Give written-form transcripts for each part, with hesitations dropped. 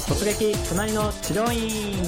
突撃隣の治療院。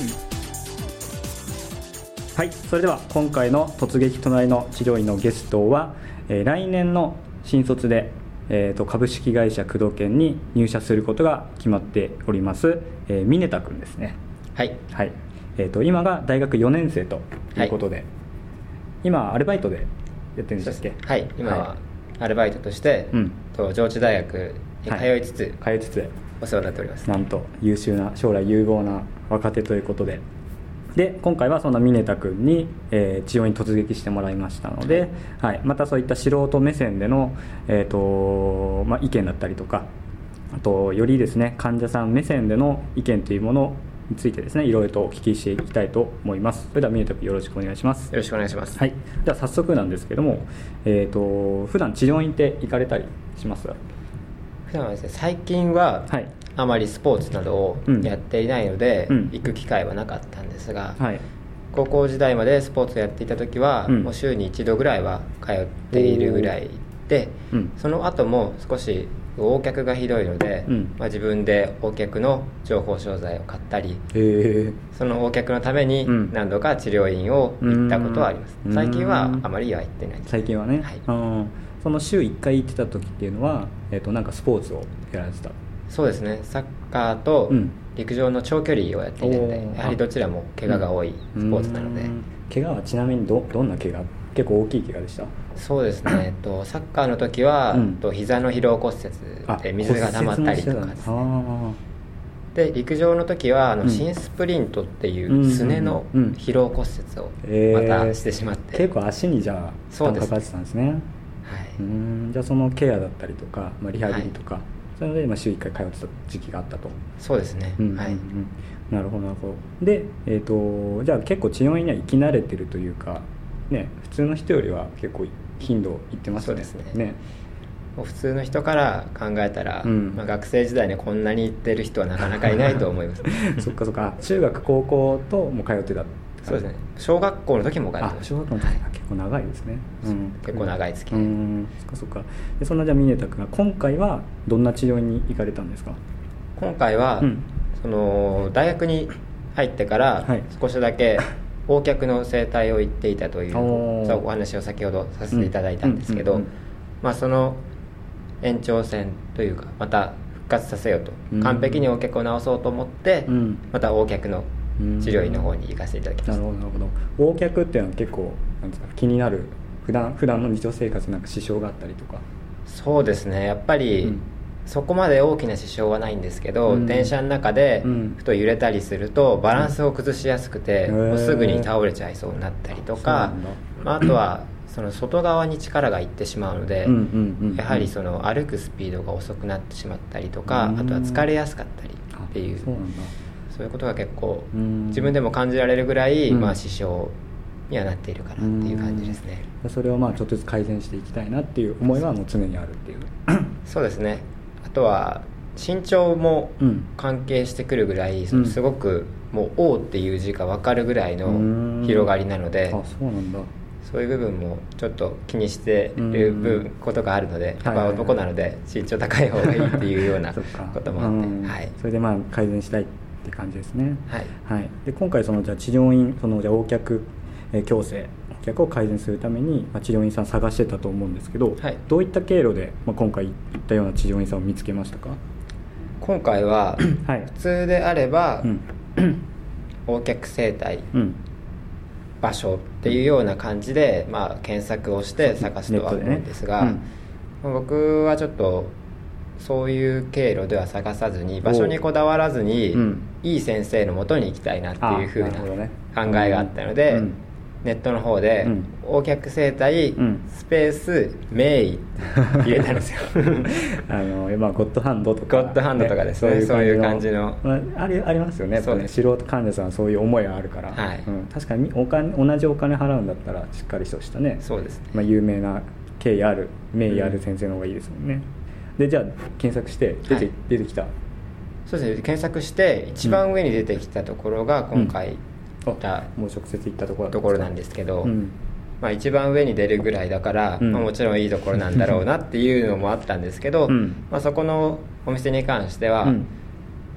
はい、それでは今回の突撃隣の治療院のゲストは、来年の新卒で、株式会社工藤研に入社することが決まっております、峰田君ですね。 はい、 はい。今が大学4年生ということで、はい、今アルバイトでやってるんですっけ？ はい、今はアルバイトとして、上智大学に通いつつお世話になっております。 なんと優秀な将来有望な若手ということで、今回はそんな峰田君に、治療に突撃してもらいましたので、はい、またそういった素人目線での、意見だったりとか、あとよりですね患者さん目線での意見というものについてですねいろいろとお聞きしていきたいと思います。それでは峰田君よろしくお願いします。 よろしくお願いします。 はい、では早速なんですけども、普段治療院って行かれたりします？ 普段はですね、最近は、はい、あまりスポーツなどをやっていないので、行く機会はなかったんですが、はい、高校時代までスポーツをやっていた時は、もう週に1度ぐらいは通っているぐらいで、その後も少し横脚がひどいので、自分で横脚の情報商材を買ったり、その横脚のために何度か治療院を行ったことはあります。最近はあまりは行ってないです。 最近はね、はい、その週1回行ってた時っていうのは、なんかスポーツをやられてた？ そうですね、サッカーと陸上の長距離をやっていたので、やはりどちらも怪我が多いスポーツなので。 怪我はちなみにどんな怪我？結構大きい怪我でした？ そうですね、サッカーの時は、膝の疲労骨折で水が溜まったりとかですね。で陸上の時は新スプリントっていうすねの疲労骨折をまたしてしまって、 結構足にじゃあ負担かかってたんですね。はい、じゃあそのケアだったりとか、リハビリとか、そういうので週1回通ってた時期があったと。 そうですね、はい、 なるほどなるほど。で、じゃあ結構治療院には行き慣れてるというかね、普通の人よりは結構頻度行ってますね。 そうですね。もう普通の人から考えたら、学生時代にこんなに行ってる人はなかなかいないと思います。 そっかそっか。中学高校とも通ってた。 そうですね、小学校の時も通ってました。 小学校の時、結構長いですね。 結構長い月ね。 そっかそっか。でそんなじゃあ峰田君が今回はどんな治療院に行かれたんですか？ 今回は、その大学に入ってから少しだけ横脚の整体を行っていたというお話を先ほどさせていただいたんですけど、その延長線というかまた復活させようと、完璧に横脚を治そうと思って、また横脚の治療院の方に行かせていただきました。 なるほどなるほど。横脚っていうのは結構なんですか、気になる普段の日常生活なんか支障があったりとか？そうですね、やっぱり、そこまで大きな支障はないんですけど、電車の中でふと揺れたりするとバランスを崩しやすくて、もうすぐに倒れちゃいそうになったりとか、あとはその外側に力がいってしまうので、やはりその歩くスピードが遅くなってしまったりとか、あとは疲れやすかったりっていう、そういうことが結構自分でも感じられるぐらい、支障にはなっているかなっていう感じですね。 それをちょっとずつ改善していきたいなっていう思いはもう常にあるっていう。 そうですね。あとは身長も関係してくるぐらい、すごくもう「O」っていう字が分かるぐらいの広がりなので、 そうなんだ。 そういう部分もちょっと気にしていることがあるので、やっぱ男なので身長高い方がいいっていうようなこともあって、 それで改善したいって感じですね。はい、で今回じゃあ治療院じゃあ横脚矯正横脚を改善するために、治療院さん探してたと思うんですけど、どういった経路で、今回行ったような治療院さんを見つけましたか？ 今回は普通であれば、横脚整体、場所っていうような感じで、検索をして探すとは思うんですが、僕はちょっとそういう経路では探さずに、場所にこだわらずに、いい先生のもとに行きたいなっていうふうな考えがあったので、ネットの方で横脚整体スペース名医入れたんですよ。 ゴッドハンドとか、 ですね、そういう感じの、 ありますよね。やっぱね、素人患者さんはそういう思いがあるから、確かに同じお金払うんだったらしっかりとしたね、 そうですね、 有名な経緯ある名医ある先生の方がいいですもんね。でじゃあ検索して出てきた？ そうですね、検索して一番上に出てきたところが今回もう直接行ったところなんですけど、一番上に出るぐらいだから、もちろんいいところなんだろうなっていうのもあったんですけど、そこのお店に関しては、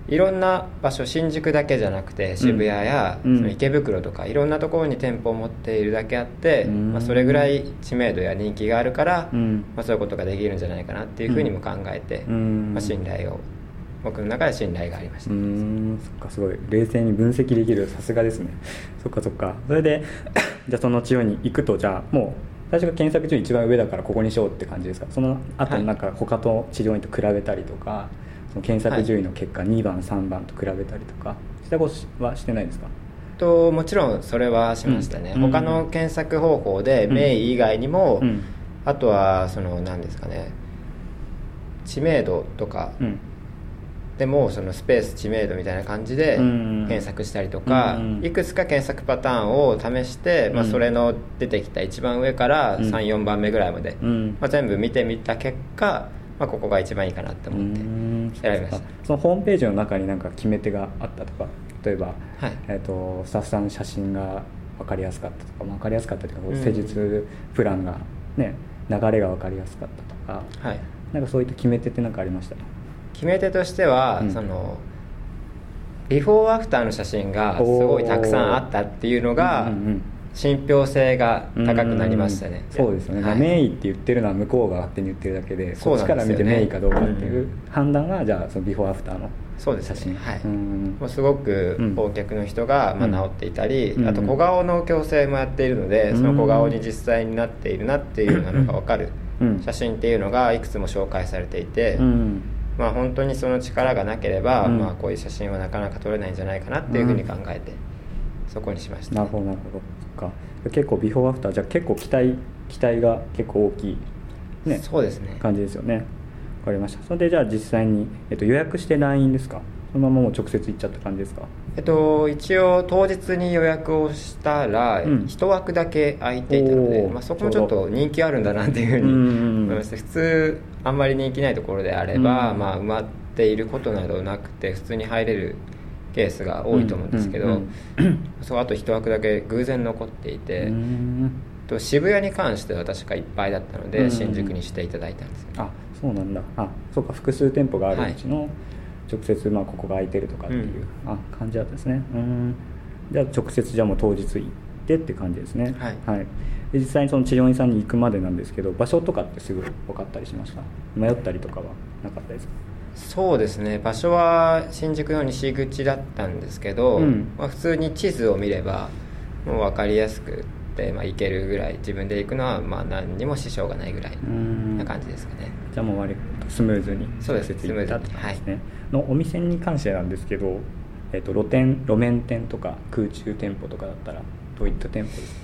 いろんな場所、新宿だけじゃなくて渋谷やその池袋とかいろんなところに店舗を持っているだけあって、それぐらい知名度や人気があるから、そういうことができるんじゃないかなっていうふうにも考えて、信頼を、僕の中で信頼がありました。 そっか、すごい冷静に分析できる、さすがですね。そっかそっか。それでじゃあその治療院に行くと、じゃあもう最初が検索順位一番上だからここにしようって感じですか？その後なんか他と治療院と比べたりとか、その検索順位の結果2番3番と比べたりとかしたことはしてないですか？ もちろんそれはしましたね、他の検索方法で名医以外にも、あとはその何ですかね、知名度とか、でもそのスペース知名度みたいな感じで検索したりとか、いくつか検索パターンを試して、それの出てきた一番上から3、4番目ぐらいまで、全部見てみた結果、ここが一番いいかなって思って選びました。 そのホームページの中に何か決め手があったとか、例えば、スタッフさんの写真が分かりやすかったとか、分かりやすかったというか、施術プランが、ね、流れが分かりやすかったとか、なんかそういった決め手って何かありました？ 決め手としては、そのビフォーアフターの写真がすごいたくさんあったっていうのが、信憑性が高くなりましたね。 そうですよね、名医って言ってるのは向こうが勝手に言ってるだけで、こっちから見て名医かどうかっていう判断が、じゃあそのビフォーアフターの写真。 もうすごく訪客の人が治っていたり、あと小顔の矯正もやっているので、その小顔に実際になっているなっていうのが分かる写真っていうのがいくつも紹介されていて、本当にその力がなければ、こういう写真はなかなか撮れないんじゃないかなっていうふうに考えて、そこにしました。 なるほどなるほど。結構ビフォーアフター、じゃあ結構期待が結構大きい、ね、 そうですね、 感じですよね。分かりました。それでじゃあ実際に、予約して LINE ですか？そのままもう直接行っちゃった感じですか？ 一応当日に予約をしたら、1枠だけ空いていたので、そこもちょっと人気あるんだなっていうふうに思いました。普通あんまり人気ないところであれば、埋まっていることなどなくて普通に入れるケースが多いと思うんですけど、そうあと1枠だけ偶然残っていて、渋谷に関しては確かいっぱいだったので、新宿にしていただいたんですよ。 あ、そうなんだ。そうか、複数店舗があるうちの直接ここが空いてるとかっていう、感じだったんですね。じゃあ直接じゃあもう当日行ってって感じですね。で実際にその治療院さんに行くまでなんですけど、場所とかってすぐ分かったりしました？迷ったりとかはなかったですか？ そうですね、場所は新宿の西口だったんですけど、普通に地図を見ればもう分かりやすくて、行けるぐらい、自分で行くのは何にも支障がないぐらいな感じですかね。 じゃあもう割とスムーズに直接行ったって感じですね。のお店に関してなんですけど、路面店とか空中店舗とかだったらどういった店舗ですか？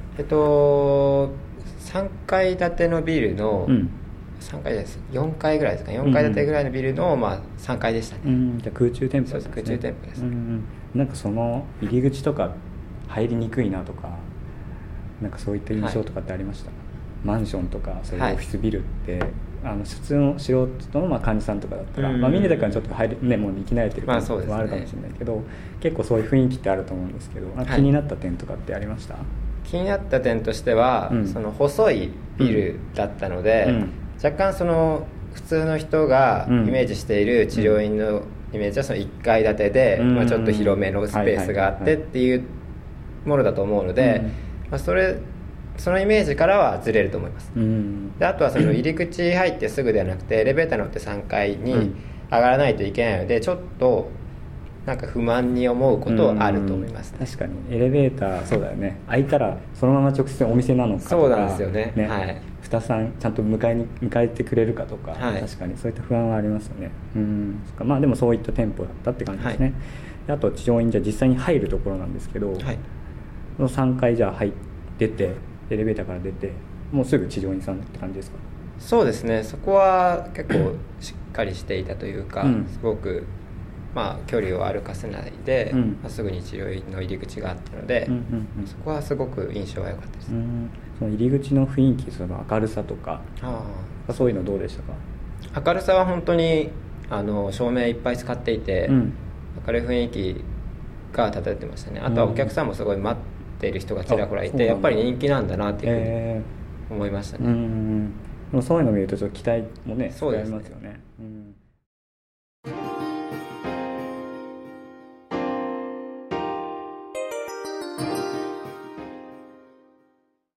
3階建てのビルの、3階です、4階ぐらいですか、4階建てぐらいのビルの、3階でしたね。 じゃあ空中店舗ですね。 空中店舗です、 なんかその入り口とか入りにくいなとか、なんかそういった印象とかってありました？マンションとかそういうオフィスビルって、普通の素人の患者さんとかだったら、ミネタ君はちょっともう行き慣れてることもあるかもしれないけど、結構そういう雰囲気ってあると思うんですけど、気になった点とかってありました？ 気になった点としては、その細いビルだったので、若干その普通の人がイメージしている治療院のイメージはその1階建てで、ちょっと広めのスペースがあってっていうものだと思うので、そのイメージからはずれると思います。であとはその入り口入ってすぐではなくて、エレベーター乗って3階に上がらないといけないので、ちょっとなんか不満に思うことはあると思います、 確かにエレベーター、そうだよね、開いたらそのまま直接お店なのかとか、 そうなんですよね、 スタッフさんちゃんと迎えてくれるかとか、確かにそういった不安はありますよね。でもそういった店舗だったって感じですね。あと治療院、じゃあ実際に入るところなんですけど、その3階じゃあ出てエレベーターから出てもうすぐ治療院さんって感じですか？ そうですね、そこは結構しっかりしていたというか、すごく距離を歩かせないで、すぐに治療院の入り口があったので、そこはすごく印象が良かったです。 その入り口の雰囲気、その明るさとか、そういうのどうでしたか？ 明るさは本当に照明いっぱい使っていて、明るい雰囲気が漂ってましたね。あとはお客さんもすごい待っている人がちらほらいて、やっぱり人気なんだなっていうふうに思いましたね。 でもそういうのを見るとちょっと期待もね、 そうですね、 ありますよね。